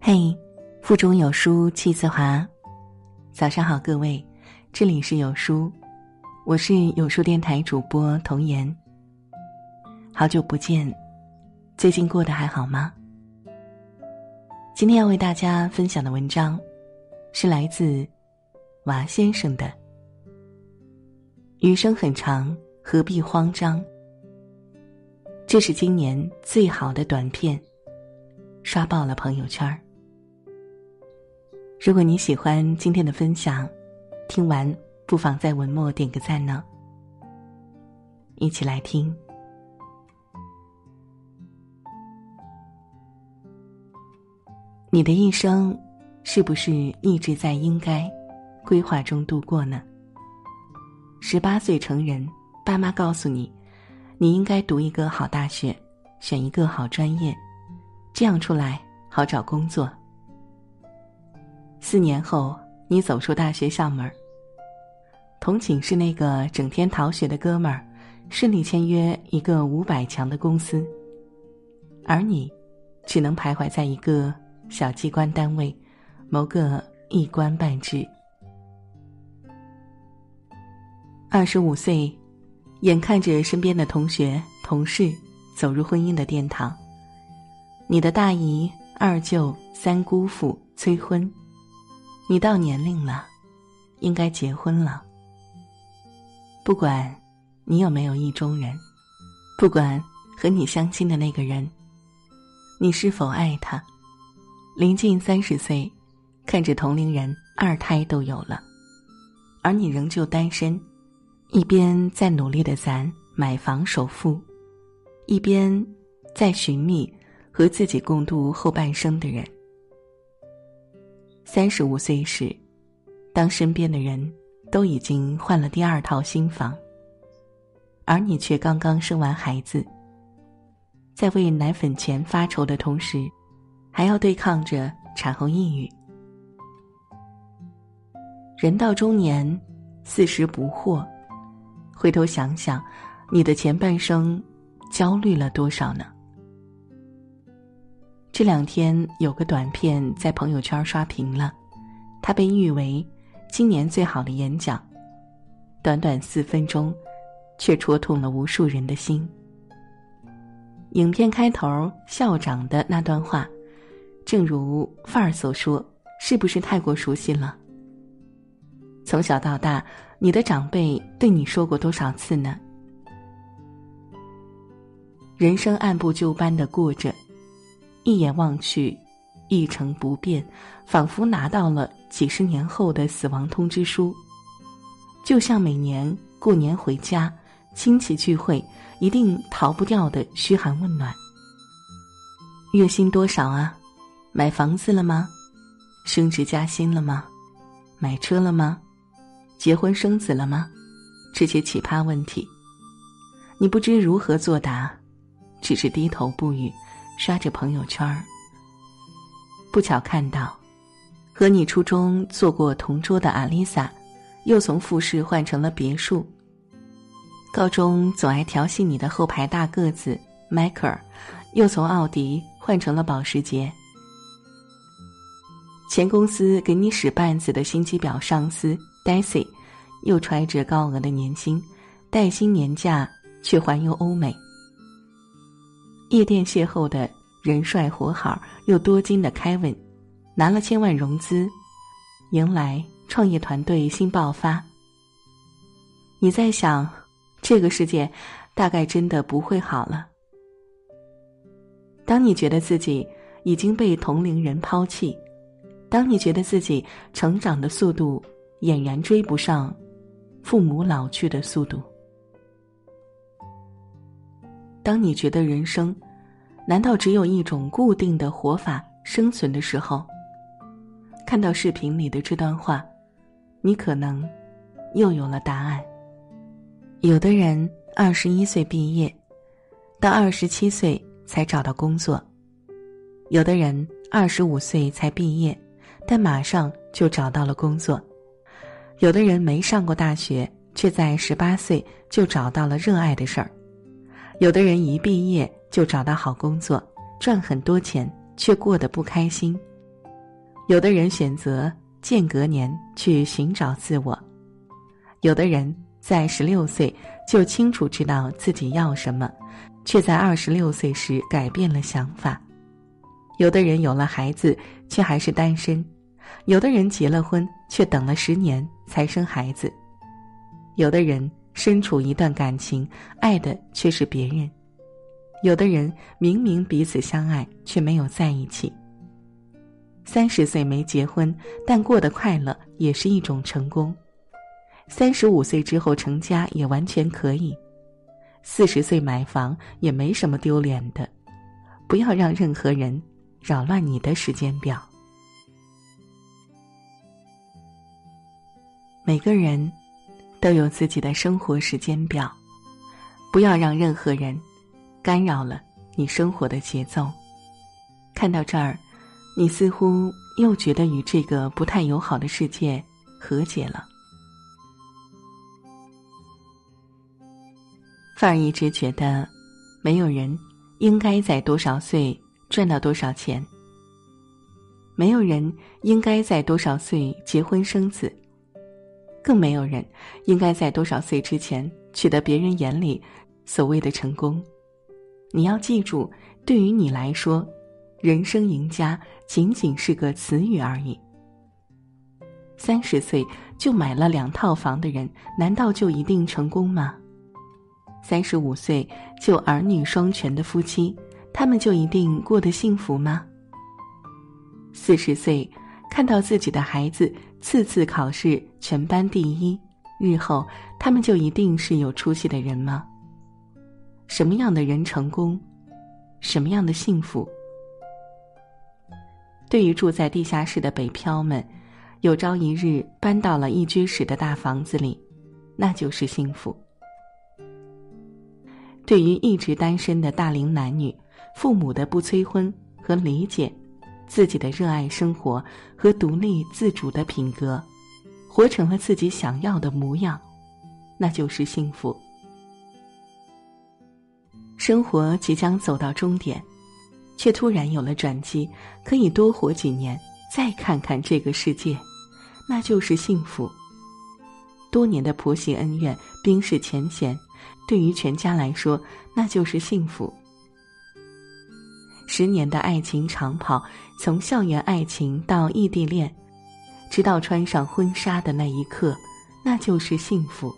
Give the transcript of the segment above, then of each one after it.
嘿，腹中有书气自华。早上好各位，这里是有书，我是有书电台主播童言。好久不见，最近过得还好吗？今天要为大家分享的文章是来自娃先生的余生很长，何必慌张。这是今年最好的短片，刷爆了朋友圈。如果你喜欢今天的分享，听完不妨在文末点个赞呢。一起来听。你的一生是不是一直在应该规划中度过呢？18岁成人，爸妈告诉你，你应该读一个好大学，选一个好专业，这样出来好找工作。4年后，你走出大学校门，同寝室那个整天逃学的哥们儿顺利签约一个500强的公司，而你只能徘徊在一个小机关单位，谋个一官半职。25岁，眼看着身边的同学同事走入婚姻的殿堂，你的大姨、二舅、三姑父催婚，你到年龄了，应该结婚了。不管你有没有意中人，不管和你相亲的那个人，你是否爱他，临近30岁，看着同龄人2胎都有了，而你仍旧单身，一边在努力地攒买房首付，一边在寻觅和自己共度后半生的人。35岁时，当身边的人都已经换了第2套新房，而你却刚刚生完孩子，在为奶粉钱发愁的同时，还要对抗着产后抑郁。人到中年，40不惑，回头想想，你的前半生焦虑了多少呢？这2天有个短片在朋友圈刷屏了，它被誉为今年最好的演讲，短短4分钟，却戳痛了无数人的心。影片开头校长的那段话，正如范儿所说，是不是太过熟悉了？从小到大，你的长辈对你说过多少次呢？人生按部就班地过着，一眼望去，一成不变，仿佛拿到了几十年后的死亡通知书。就像每年过年回家，亲戚聚会，一定逃不掉的嘘寒问暖。月薪多少啊？买房子了吗？升职加薪了吗？买车了吗？结婚生子了吗？这些奇葩问题，你不知如何作答，只是低头不语，刷着朋友圈。不巧看到和你初中坐过同桌的阿丽萨，又从复式换成了别墅。高中总爱调戏你的后排大个子迈克尔，又从奥迪换成了保时捷。前公司给你使绊子的心机婊上司 Daisy， 又揣着高额的年薪，带薪年假却环游欧美。夜店邂逅的人帅活好又多金的 Kevin， 拿了1000万融资，迎来创业团队新爆发。你在想，这个世界大概真的不会好了。当你觉得自己已经被同龄人抛弃，当你觉得自己成长的速度俨然追不上父母老去的速度，当你觉得人生难道只有一种固定的活法生存的时候，看到视频里的这段话，你可能又有了答案。有的人21岁毕业，到27岁才找到工作；有的人25岁才毕业，但马上就找到了工作；有的人没上过大学，却在18岁就找到了热爱的事儿；有的人一毕业就找到好工作，赚很多钱，却过得不开心； 有的人选择间隔年去寻找自我，有的人在16岁就清楚知道自己要什么，却在26岁时改变了想法。有的人有了孩子却还是单身，有的人结了婚却等了10年才生孩子，有的人身处一段感情，爱的却是别人，有的人明明彼此相爱却没有在一起。30岁没结婚，但过得快乐也是一种成功。35岁之后成家也完全可以。40岁买房也没什么丢脸的。不要让任何人扰乱你的时间表。每个人都有自己的生活时间表，不要让任何人干扰了你生活的节奏。看到这儿，你似乎又觉得与这个不太友好的世界和解了。范儿一直觉得，没有人应该在多少岁赚到多少钱，没有人应该在多少岁结婚生子，更没有人应该在多少岁之前取得别人眼里所谓的成功。你要记住，对于你来说，人生赢家仅仅是个词语而已。30岁就买了2套房的人，难道就一定成功吗？35岁就儿女双全的夫妻，他们就一定过得幸福吗？40岁看到自己的孩子次次考试全班第1，日后他们就一定是有出息的人吗？什么样的人成功？什么样的幸福？对于住在地下室的北漂们，有朝一日搬到了一居室的大房子里，那就是幸福。对于一直单身的大龄男女，父母的不催婚和理解，自己的热爱生活和独立自主的品格，活成了自己想要的模样，那就是幸福。生活即将走到终点，却突然有了转机，可以多活几年，再看看这个世界，那就是幸福。多年的婆媳恩怨，冰释前嫌，对于全家来说，那就是幸福。10年的爱情长跑，从校园爱情到异地恋，直到穿上婚纱的那一刻，那就是幸福。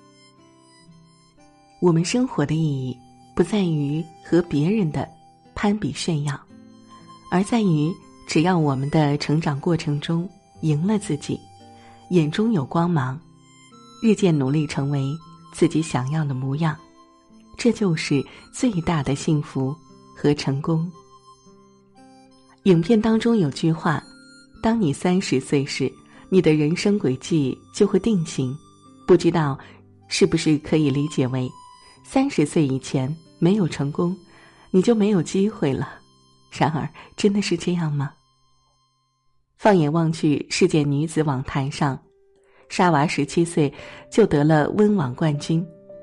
我们生活的意义，不在于和别人的攀比炫耀，而在于只要我们的成长过程中赢了自己，眼中有光芒，日渐努力成为自己想要的模样，这就是最大的幸福和成功。影片当中有句话，当你30岁时，你的人生轨迹就会定型，不知道是不是可以理解为30岁以前没有成功，你就没有机会了。然而真的是这样吗？放眼望去，世界女子网坛上，莎娃17岁就得了温网冠军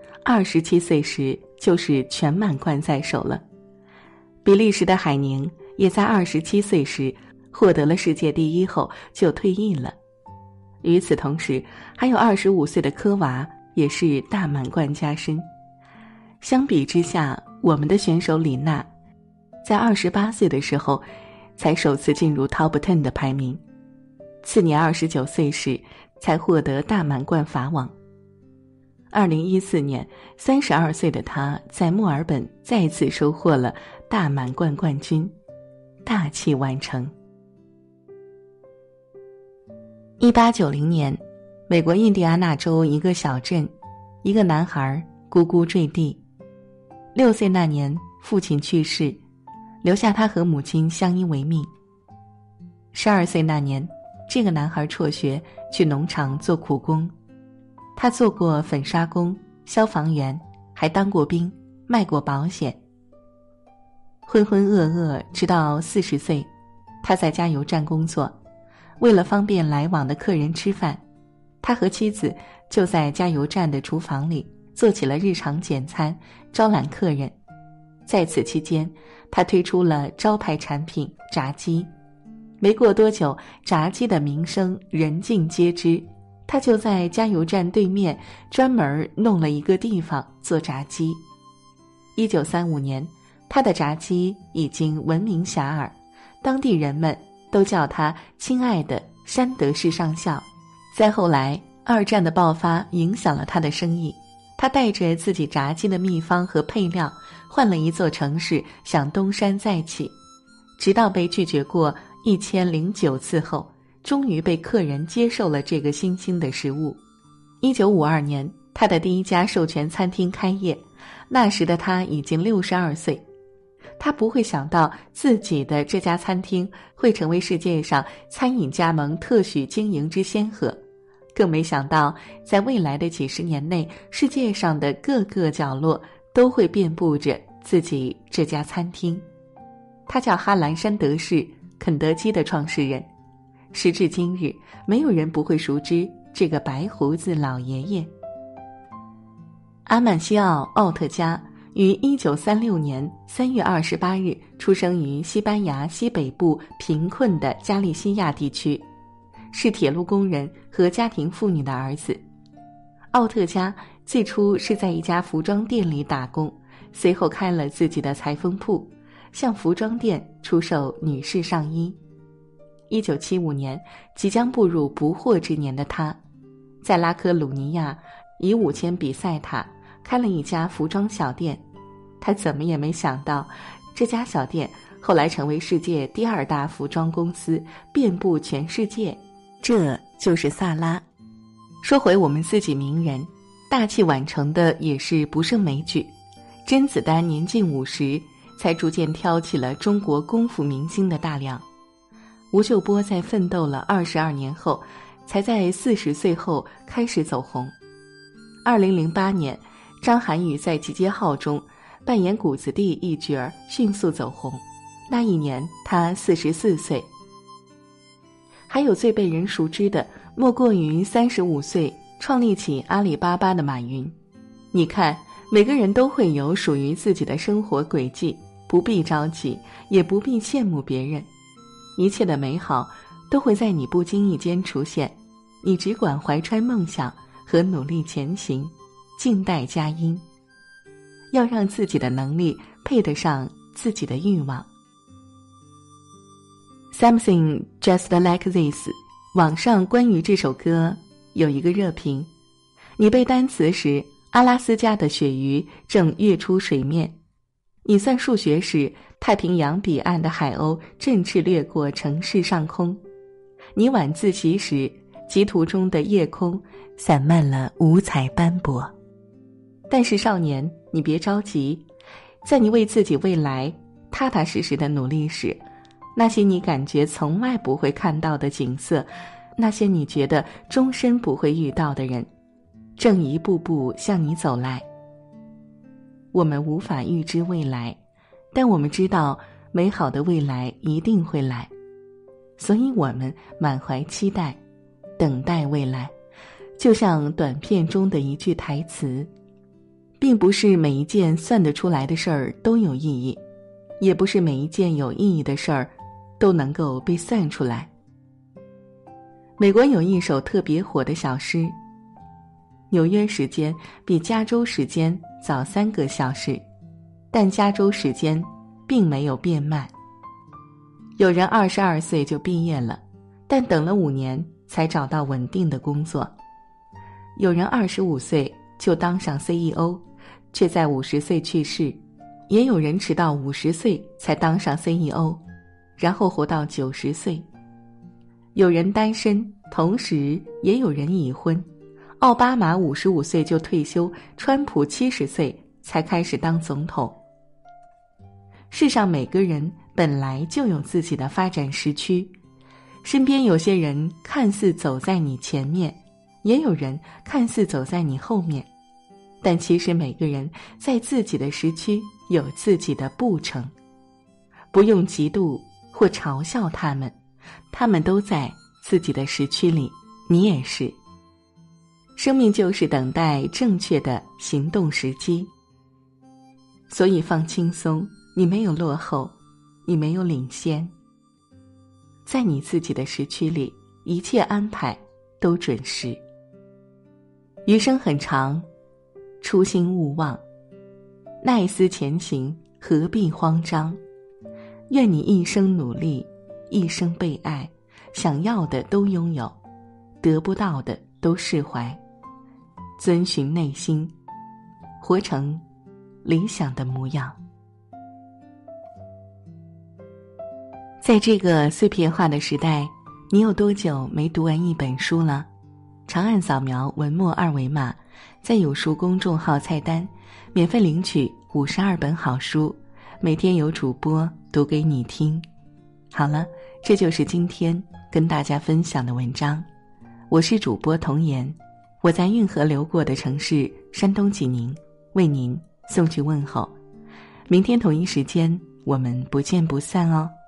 ，27岁时就是全满贯在手了。比利时的海宁也在27岁时获得了世界第1后就退役了。与此同时，还有25岁的科娃也是大满贯加身。相比之下，我们的选手李娜在28岁的时候才首次进入 Top 10的排名，次年29岁时才获得大满贯法网。2014年32岁的她在墨尔本再次收获了大满贯冠军，大器晚成。1890年，美国印第安纳州一个小镇，一个男孩呱呱坠地。6岁那年，父亲去世，留下他和母亲相依为命。12岁那年，这个男孩辍学去农场做苦工，他做过粉刷工、消防员，还当过兵，卖过保险。浑浑噩噩直到40岁，他在加油站工作，为了方便来往的客人吃饭，他和妻子就在加油站的厨房里做起了日常简餐，招揽客人。在此期间，他推出了招牌产品炸鸡， 没过多久，炸鸡的名声人尽皆知，他就在加油站对面专门弄了一个地方做炸鸡。1935年，他的炸鸡已经闻名遐迩，当地人们都叫他亲爱的山德士上校。再后来，二战的爆发影响了他的生意，他带着自己炸鸡的秘方和配料，换了一座城市，想东山再起，直到被拒绝过1009次后，终于被客人接受了这个新兴的食物。1952年，他的第一家授权餐厅开业，那时的他已经62岁。他不会想到自己的这家餐厅会成为世界上餐饮加盟特许经营之先河，更没想到在未来的几十年内，世界上的各个角落都会遍布着自己这家餐厅。他叫哈兰·山德士，肯德基的创始人。时至今日，没有人不会熟知这个白胡子老爷爷。阿曼西奥·奥特加于1936年3月28日出生于西班牙西北部贫困的加利西亚地区，是铁路工人和家庭妇女的儿子。奥特加最初是在一家服装店里打工，随后开了自己的裁缝铺，向服装店出售女士上衣。1975年，即将步入不惑之年的他，在拉科鲁尼亚以5000比塞塔开了一家服装小店。他怎么也没想到，这家小店后来成为世界第2大服装公司，遍布全世界。这就是萨拉。说回我们自己名人，大器晚成的也是不胜枚举。甄子丹年近50，才逐渐挑起了中国功夫明星的大梁。吴秀波在奋斗了22年后，才在40岁后开始走红。2008年，张涵予在《集结号》中扮演谷子地一角迅速走红，那一年他44岁。还有最被人熟知的，莫过于35岁创立起阿里巴巴的马云。你看，每个人都会有属于自己的生活轨迹，不必着急，也不必羡慕别人，一切的美好都会在你不经意间出现，你只管怀揣梦想和努力前行，静待佳音。要让自己的能力配得上自己的欲望。 Something Just Like This 网上关于这首歌有一个热评：你背单词时，阿拉斯加的鳕鱼正跃出水面；你算数学时，太平洋彼岸的海鸥振翅掠过城市上空；你晚自习时，歧途中的夜空散漫了五彩斑驳。但是少年，你别着急，在你为自己未来踏踏实实的努力时，那些你感觉从来不会看到的景色，那些你觉得终身不会遇到的人，正一步步向你走来。我们无法预知未来，但我们知道美好的未来一定会来，所以我们满怀期待，等待未来。就像短片中的一句台词，并不是每一件算得出来的事儿都有意义，也不是每一件有意义的事儿都能够被算出来。美国有一首特别火的小诗：纽约时间比加州时间早3个小时，但加州时间并没有变慢。有人22岁就毕业了，但等了5年才找到稳定的工作。有人25岁就当上 CEO， 却在50岁去世，也有人迟到50岁才当上 CEO， 然后活到90岁。有人单身，同时也有人已婚。奥巴马55岁就退休，川普70岁才开始当总统。世上每个人本来就有自己的发展时区，身边有些人看似走在你前面，也有人看似走在你后面，但其实每个人在自己的时区有自己的步程。不用嫉妒或嘲笑他们，他们都在自己的时区里，你也是。生命就是等待正确的行动时机，所以放轻松，你没有落后，你没有领先。 在你自己的时区里，一切安排都准时。余生很长，初心勿忘，耐思前行，何必慌张？愿你一生努力，一生被爱，想要的都拥有，得不到的都释怀，遵循内心，活成理想的模样。在这个碎片化的时代，你有多久没读完一本书了？长按扫描文末二维码，在有书公众号菜单免费领取52本好书，每天有主播读给你听。好了，这就是今天跟大家分享的文章。我是主播童言，我在运河流过的城市山东济宁为您送去问候。明天同一时间，我们不见不散哦。